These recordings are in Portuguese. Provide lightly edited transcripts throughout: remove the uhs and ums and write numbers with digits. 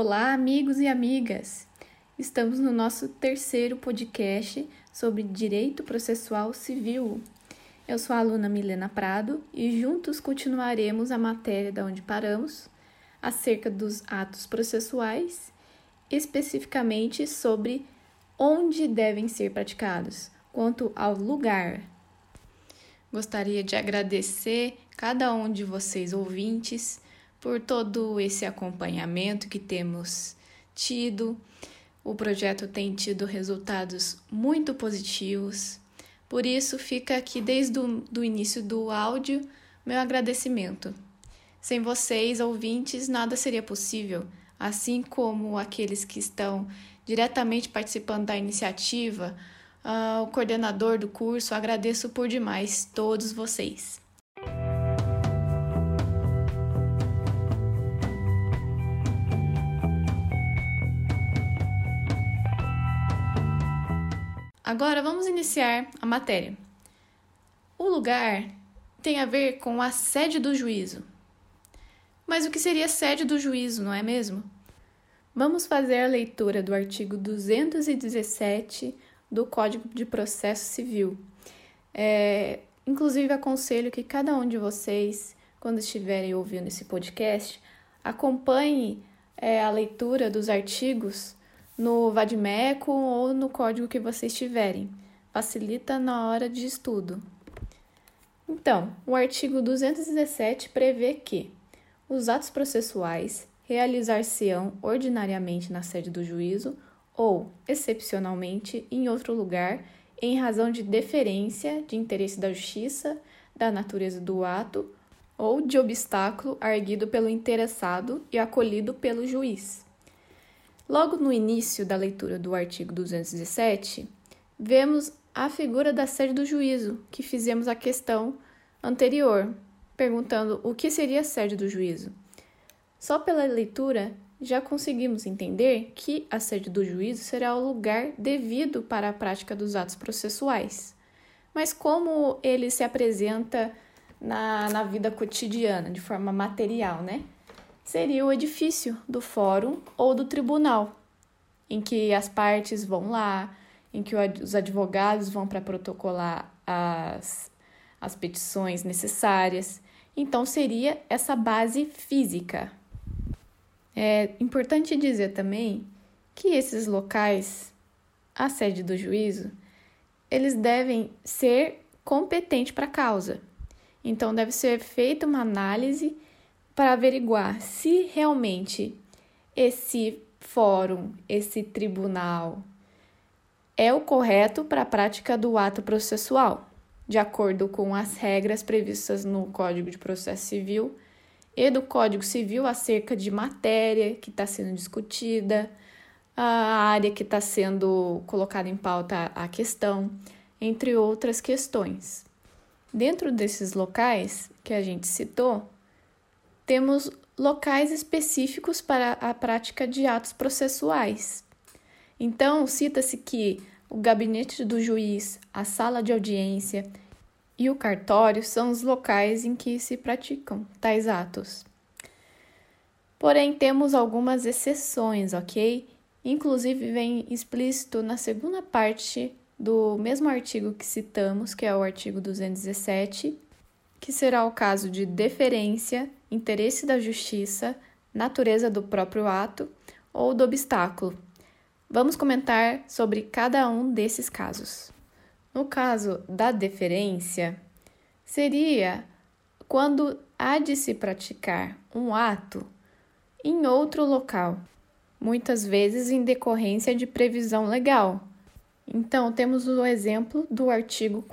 Olá, amigos e amigas! Estamos no nosso terceiro podcast sobre Direito Processual Civil. Eu sou a aluna Milena Prado e juntos continuaremos a matéria da onde paramos, acerca dos atos processuais, especificamente sobre onde devem ser praticados, quanto ao lugar. Gostaria de agradecer cada um de vocês ouvintes por todo esse acompanhamento que temos tido. O projeto tem tido resultados muito positivos. Por isso, fica aqui desde o início do áudio meu agradecimento. Sem vocês, ouvintes, nada seria possível, assim como aqueles que estão diretamente participando da iniciativa, o coordenador do curso, agradeço por demais todos vocês. Agora vamos iniciar a matéria. O lugar tem a ver com a sede do juízo. Mas o que seria a sede do juízo, não é mesmo? Vamos fazer a leitura do artigo 217 do Código de Processo Civil. Inclusive, aconselho que cada um de vocês, quando estiverem ouvindo esse podcast, acompanhe a leitura dos artigos no Vadimeco ou no código que vocês tiverem. Facilita na hora de estudo. Então, o artigo 217 prevê que os atos processuais realizar-se-ão ordinariamente na sede do juízo ou, excepcionalmente, em outro lugar, em razão de deferência, de interesse da justiça, da natureza do ato ou de obstáculo arguido pelo interessado e acolhido pelo juiz. Logo no início da leitura do artigo 217, vemos a figura da sede do juízo, que fizemos a questão anterior, perguntando o que seria a sede do juízo. Só pela leitura, já conseguimos entender que a sede do juízo será o lugar devido para a prática dos atos processuais. Mas como ele se apresenta na vida cotidiana, de forma material, né? Seria o edifício do fórum ou do tribunal, em que as partes vão lá, em que os advogados vão para protocolar as petições necessárias. Então, seria essa base física. É importante dizer também que esses locais, a sede do juízo, eles devem ser competentes para a causa. Então, deve ser feita uma análise para averiguar se realmente esse fórum, esse tribunal, é o correto para a prática do ato processual, de acordo com as regras previstas no Código de Processo Civil e do Código Civil acerca de matéria que está sendo discutida, a área que está sendo colocada em pauta a questão, entre outras questões. Dentro desses locais que a gente citou, temos locais específicos para a prática de atos processuais. Então, cita-se que o gabinete do juiz, a sala de audiência e o cartório são os locais em que se praticam tais atos. Porém, temos algumas exceções, ok? Inclusive, vem explícito na segunda parte do mesmo artigo que citamos, que é o artigo 217, que será o caso de deferência, interesse da justiça, natureza do próprio ato ou do obstáculo. Vamos comentar sobre cada um desses casos. No caso da deferência, seria quando há de se praticar um ato em outro local, muitas vezes em decorrência de previsão legal. Então, temos o exemplo do artigo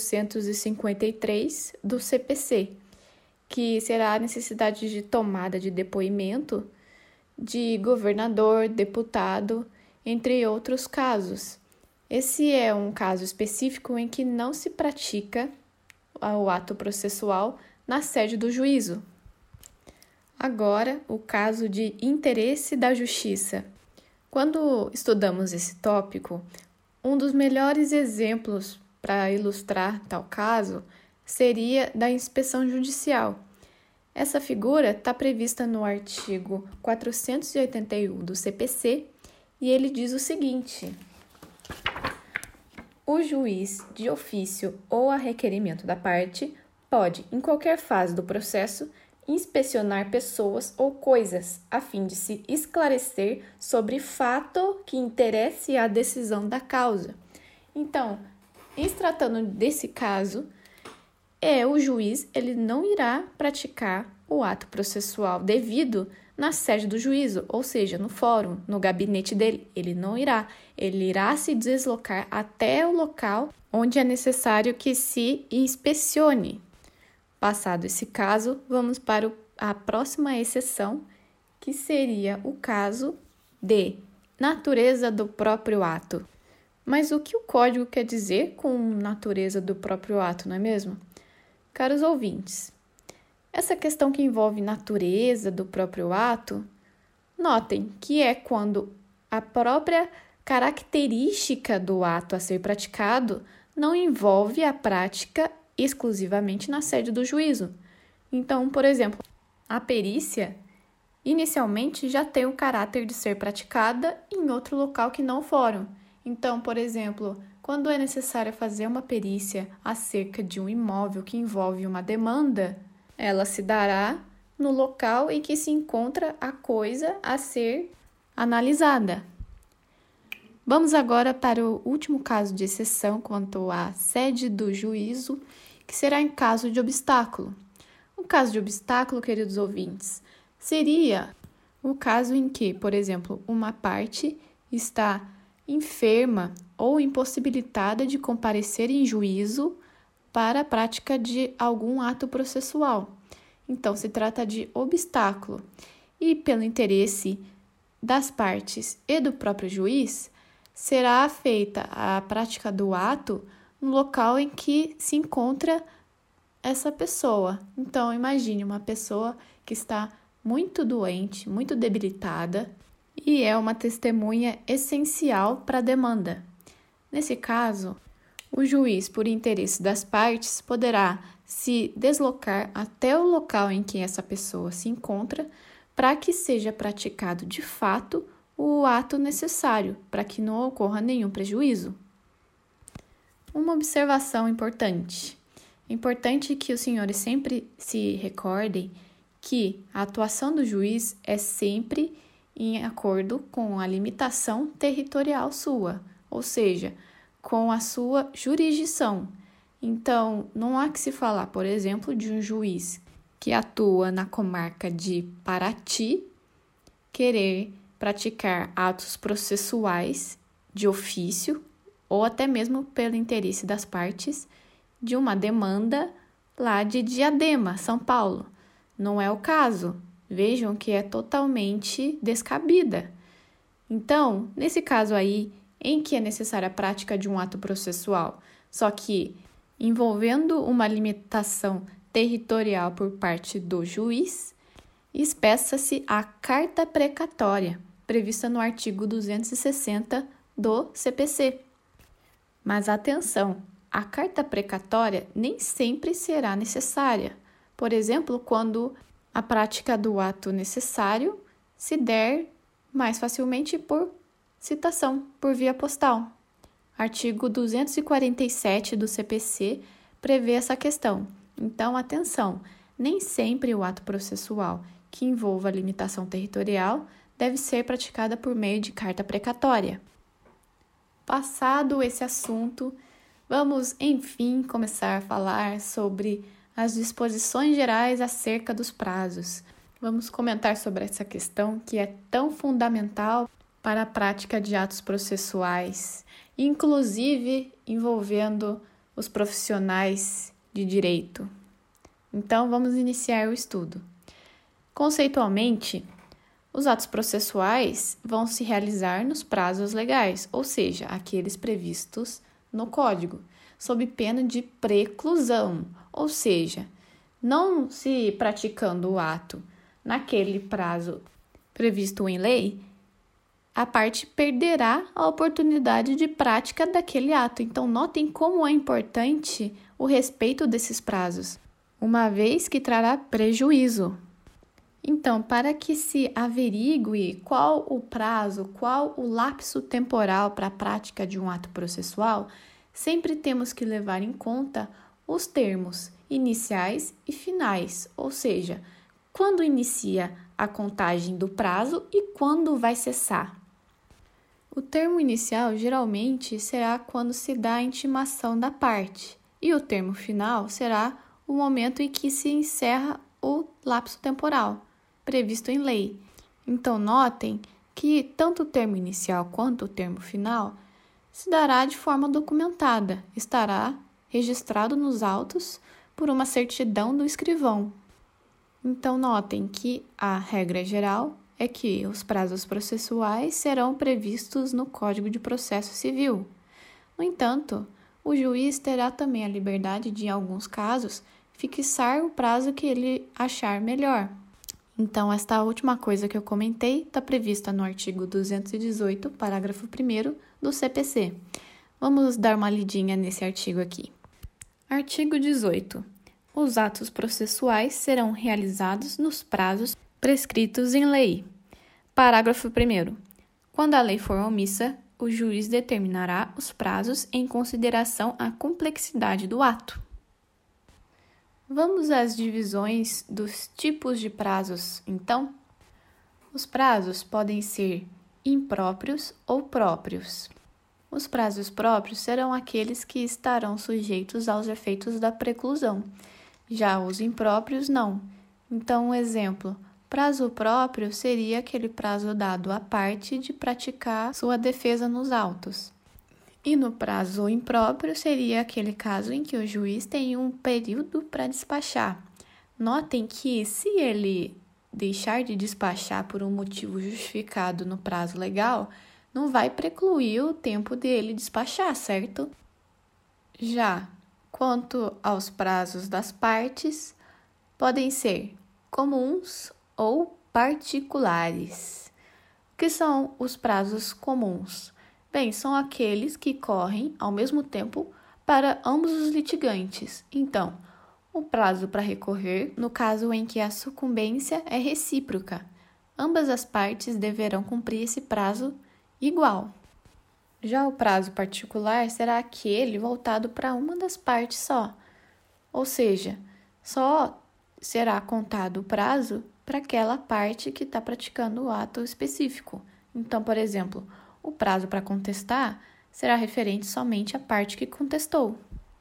453 do CPC, que será a necessidade de tomada de depoimento de governador, deputado, entre outros casos. Esse é um caso específico em que não se pratica o ato processual na sede do juízo. Agora, o caso de interesse da justiça. Quando estudamos esse tópico, um dos melhores exemplos para ilustrar tal caso seria da inspeção judicial. Essa figura está prevista no artigo 481 do CPC e ele diz o seguinte: o juiz, de ofício ou a requerimento da parte, pode, em qualquer fase do processo, inspecionar pessoas ou coisas, a fim de se esclarecer sobre fato que interesse à decisão da causa. Então, em se tratando desse caso, o juiz ele não irá praticar o ato processual devido na sede do juízo, ou seja, no fórum, no gabinete dele. Ele não irá. Ele irá se deslocar até o local onde é necessário que se inspecione. Passado esse caso, vamos para a próxima exceção, que seria o caso de natureza do próprio ato. Mas o que o código quer dizer com natureza do próprio ato, não é mesmo? Caros ouvintes, essa questão que envolve natureza do próprio ato, notem que é quando a própria característica do ato a ser praticado não envolve a prática exclusivamente na sede do juízo. Então, por exemplo, a perícia inicialmente já tem o caráter de ser praticada em outro local que não o fórum. Então, por exemplo, quando é necessário fazer uma perícia acerca de um imóvel que envolve uma demanda, ela se dará no local em que se encontra a coisa a ser analisada. Vamos agora para o último caso de exceção quanto à sede do juízo, que será em caso de obstáculo. Um caso de obstáculo, queridos ouvintes, seria o caso em que, por exemplo, uma parte está enferma ou impossibilitada de comparecer em juízo para a prática de algum ato processual. Então, se trata de obstáculo. E, pelo interesse das partes e do próprio juiz, será feita a prática do ato no local em que se encontra essa pessoa. Então, imagine uma pessoa que está muito doente, muito debilitada e é uma testemunha essencial para a demanda. Nesse caso, o juiz, por interesse das partes, poderá se deslocar até o local em que essa pessoa se encontra para que seja praticado de fato o ato necessário, para que não ocorra nenhum prejuízo. Uma observação importante. É importante que os senhores sempre se recordem que a atuação do juiz é sempre em acordo com a limitação territorial sua, ou seja, com a sua jurisdição. Então, não há que se falar, por exemplo, de um juiz que atua na comarca de Paraty querer praticar atos processuais de ofício ou até mesmo pelo interesse das partes de uma demanda lá de Diadema, São Paulo. Não é o caso. Vejam que é totalmente descabida. Então, nesse caso aí, em que é necessária a prática de um ato processual, só que envolvendo uma limitação territorial por parte do juiz, expressa-se a carta precatória, prevista no artigo 260 do CPC. Mas atenção, a carta precatória nem sempre será necessária. Por exemplo, quando a prática do ato necessário se der mais facilmente por citação, por via postal. Artigo 247 do CPC prevê essa questão. Então, atenção, nem sempre o ato processual que envolva limitação territorial deve ser praticada por meio de carta precatória. Passado esse assunto, vamos, enfim, começar a falar sobre as disposições gerais acerca dos prazos. Vamos comentar sobre essa questão que é tão fundamental para a prática de atos processuais, inclusive envolvendo os profissionais de direito. Então, vamos iniciar o estudo. Conceitualmente, os atos processuais vão se realizar nos prazos legais, ou seja, aqueles previstos no Código, sob pena de preclusão, ou seja, não se praticando o ato naquele prazo previsto em lei, a parte perderá a oportunidade de prática daquele ato. Então, notem como é importante o respeito desses prazos. uma vez que trará prejuízo. Então, para que se averigue qual o prazo, qual o lapso temporal para a prática de um ato processual, sempre temos que levar em conta os termos iniciais e finais, ou seja, quando inicia a contagem do prazo e quando vai cessar. O termo inicial geralmente será quando se dá a intimação da parte, e o termo final será o momento em que se encerra o lapso temporal previsto em lei. Então, notem que tanto o termo inicial quanto o termo final se dará de forma documentada, estará registrado nos autos por uma certidão do escrivão. Então, notem que a regra geral é que os prazos processuais serão previstos no Código de Processo Civil. No entanto, o juiz terá também a liberdade de, em alguns casos, fixar o prazo que ele achar melhor. Então, esta última coisa que eu comentei está prevista no artigo 218, parágrafo 1º do CPC. Vamos dar uma lidinha nesse artigo aqui. Artigo 18. Os atos processuais serão realizados nos prazos prescritos em lei. Parágrafo 1º. Quando a lei for omissa, o juiz determinará os prazos em consideração à complexidade do ato. Vamos às divisões dos tipos de prazos, então? Os prazos podem ser impróprios ou próprios. Os prazos próprios serão aqueles que estarão sujeitos aos efeitos da preclusão. Já os impróprios, não. Então, um exemplo, prazo próprio seria aquele prazo dado à parte de praticar sua defesa nos autos. E no prazo impróprio seria aquele caso em que o juiz tem um período para despachar. Notem que se ele deixar de despachar por um motivo justificado no prazo legal, não vai precluir o tempo dele despachar, certo? Já quanto aos prazos das partes, podem ser comuns ou particulares. O que são os prazos comuns? Bem, são aqueles que correm ao mesmo tempo para ambos os litigantes. Então, o prazo para recorrer, no caso em que a sucumbência é recíproca. Ambas as partes deverão cumprir esse prazo igual. Já o prazo particular será aquele voltado para uma das partes só. Ou seja, só será contado o prazo para aquela parte que está praticando o ato específico. Então, por exemplo, o prazo para contestar será referente somente à parte que contestou.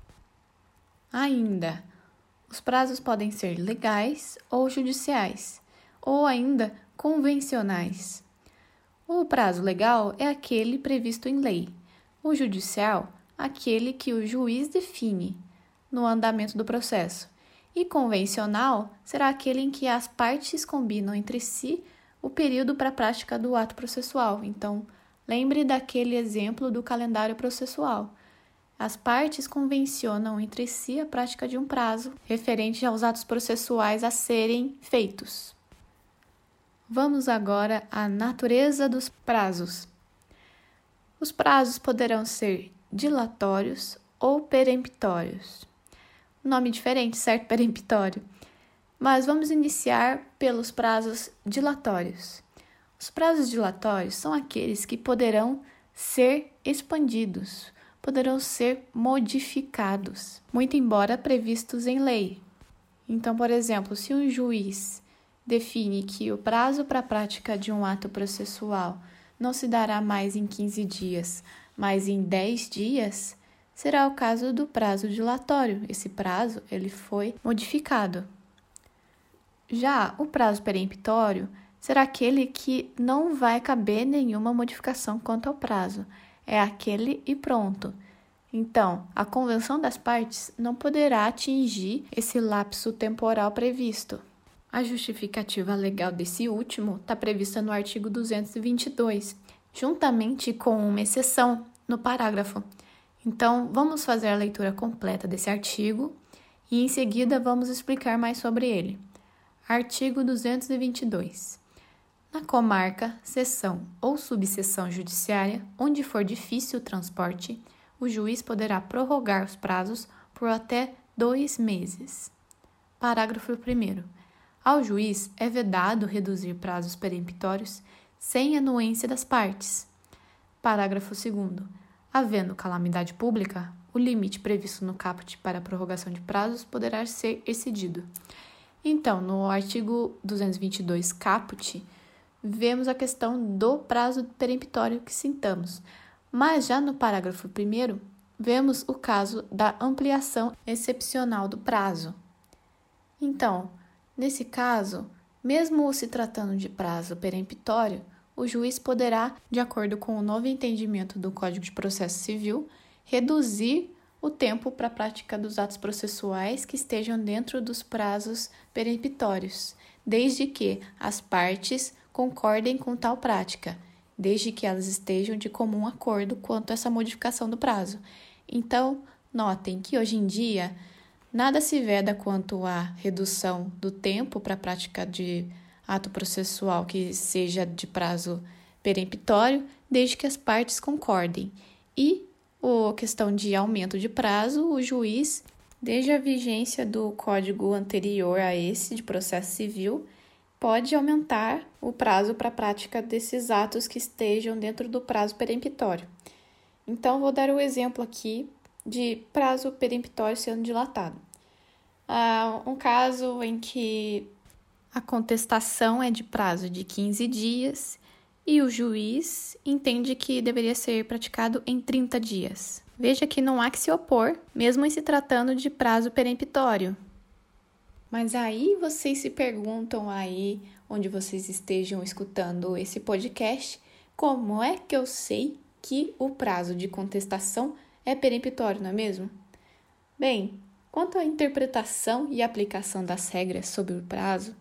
Ainda, os prazos podem ser legais ou judiciais, ou ainda convencionais. O prazo legal é aquele previsto em lei. O judicial, aquele que o juiz define no andamento do processo. E convencional será aquele em que as partes combinam entre si o período para a prática do ato processual. Então, lembre daquele exemplo do calendário processual. As partes convencionam entre si a prática de um prazo referente aos atos processuais a serem feitos. Vamos agora à natureza dos prazos. Os prazos poderão ser dilatórios ou peremptórios. Nome diferente, certo? Peremptório. Mas vamos iniciar pelos prazos dilatórios. Os prazos dilatórios são aqueles que poderão ser expandidos, poderão ser modificados, muito embora previstos em lei. Então, por exemplo, se um juiz define que o prazo para a prática de um ato processual não se dará mais em 15 dias, mas em 10 dias, será o caso do prazo dilatório. Esse prazo ele foi modificado. Já o prazo peremptório será aquele que não vai caber nenhuma modificação quanto ao prazo. É aquele e pronto. Então, a convenção das partes não poderá atingir esse lapso temporal previsto. A justificativa legal desse último está prevista no artigo 222, juntamente com uma exceção no parágrafo. Então, vamos fazer a leitura completa desse artigo e, em seguida, vamos explicar mais sobre ele. Artigo 222. Na comarca, seção ou subseção judiciária, onde for difícil o transporte, o juiz poderá prorrogar os prazos por até 2 meses. Parágrafo 1º. Ao juiz é vedado reduzir prazos peremptórios sem anuência das partes. Parágrafo 2º. Havendo calamidade pública, o limite previsto no caput para a prorrogação de prazos poderá ser excedido. Então, no artigo 222 caput, vemos a questão do prazo peremptório que citamos. Mas já no parágrafo 1º, vemos o caso da ampliação excepcional do prazo. Então, nesse caso, mesmo se tratando de prazo peremptório, o juiz poderá, de acordo com o novo entendimento do Código de Processo Civil, reduzir o tempo para a prática dos atos processuais que estejam dentro dos prazos peremptórios, desde que as partes concordem com tal prática, desde que elas estejam de comum acordo quanto a essa modificação do prazo. Então, notem que hoje em dia, nada se veda quanto à redução do tempo para a prática de ato processual que seja de prazo peremptório, desde que as partes concordem. E a questão de aumento de prazo, o juiz, desde a vigência do código anterior a esse de processo civil, pode aumentar o prazo para a prática desses atos que estejam dentro do prazo peremptório. Então, vou dar o exemplo aqui de prazo peremptório sendo dilatado. Um caso em que a contestação é de prazo de 15 dias e o juiz entende que deveria ser praticado em 30 dias. Veja que não há que se opor, mesmo em se tratando de prazo peremptório. Mas aí vocês se perguntam aí, onde vocês estejam escutando esse podcast, como é que eu sei que o prazo de contestação é peremptório, não é mesmo? Bem, quanto à interpretação e aplicação das regras sobre o prazo,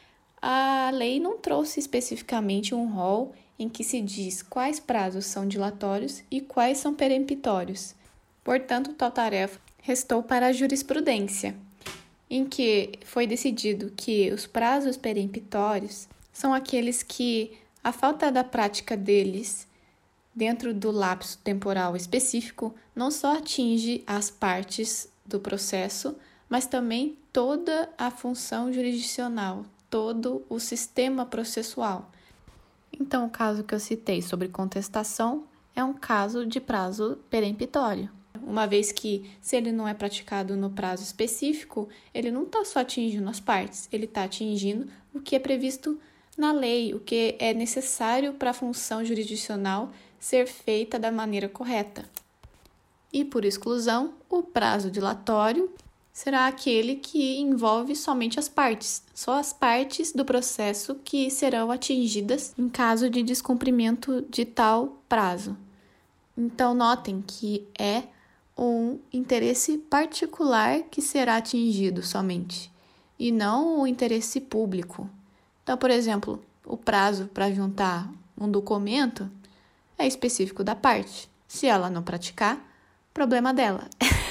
a lei não trouxe especificamente um rol em que se diz quais prazos são dilatórios e quais são peremptórios. Portanto, tal tarefa restou para a jurisprudência, em que foi decidido que os prazos peremptórios são aqueles que a falta da prática deles dentro do lapso temporal específico não só atinge as partes do processo, mas também toda a função jurisdicional, todo o sistema processual. Então, o caso que eu citei sobre contestação é um caso de prazo peremptório. Uma vez que, se ele não é praticado no prazo específico, ele não está só atingindo as partes, ele está atingindo o que é previsto na lei, o que é necessário para a função jurisdicional ser feita da maneira correta. E, por exclusão, o prazo dilatório será aquele que envolve somente as partes, só as partes do processo que serão atingidas em caso de descumprimento de tal prazo. Então, notem que é um interesse particular que será atingido somente, e não o interesse público. Então, por exemplo, o prazo para juntar um documento é específico da parte. Se ela não praticar, problema dela.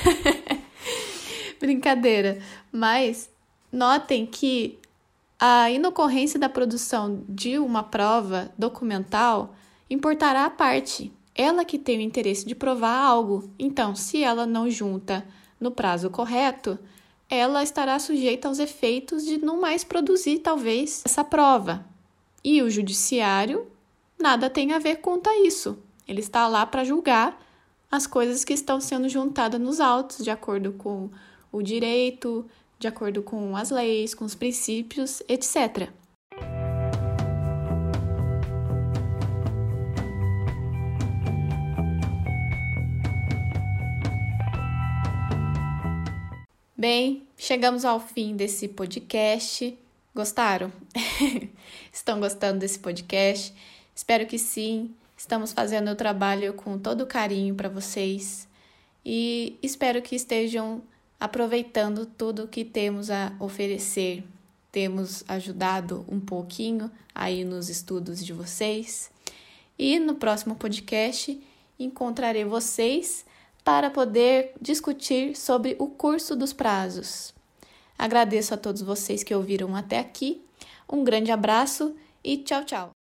Brincadeira. Mas notem que a inocorrência da produção de uma prova documental importará à parte. Ela que tem o interesse de provar algo. Então, se ela não junta no prazo correto, ela estará sujeita aos efeitos de não mais produzir, talvez, essa prova. E o judiciário nada tem a ver quanto a isso. Ele está lá para julgar as coisas que estão sendo juntadas nos autos, de acordo com o direito, de acordo com as leis, com os princípios, etc. Bem, chegamos ao fim desse podcast. Gostaram? Estão gostando desse podcast? Espero que sim. Estamos fazendo o trabalho com todo carinho para vocês e espero que estejam aproveitando tudo que temos a oferecer. Temos ajudado um pouquinho aí nos estudos de vocês. E no próximo podcast encontrarei vocês para poder discutir sobre o curso dos prazos. Agradeço a todos vocês que ouviram até aqui. Um grande abraço e tchau, tchau!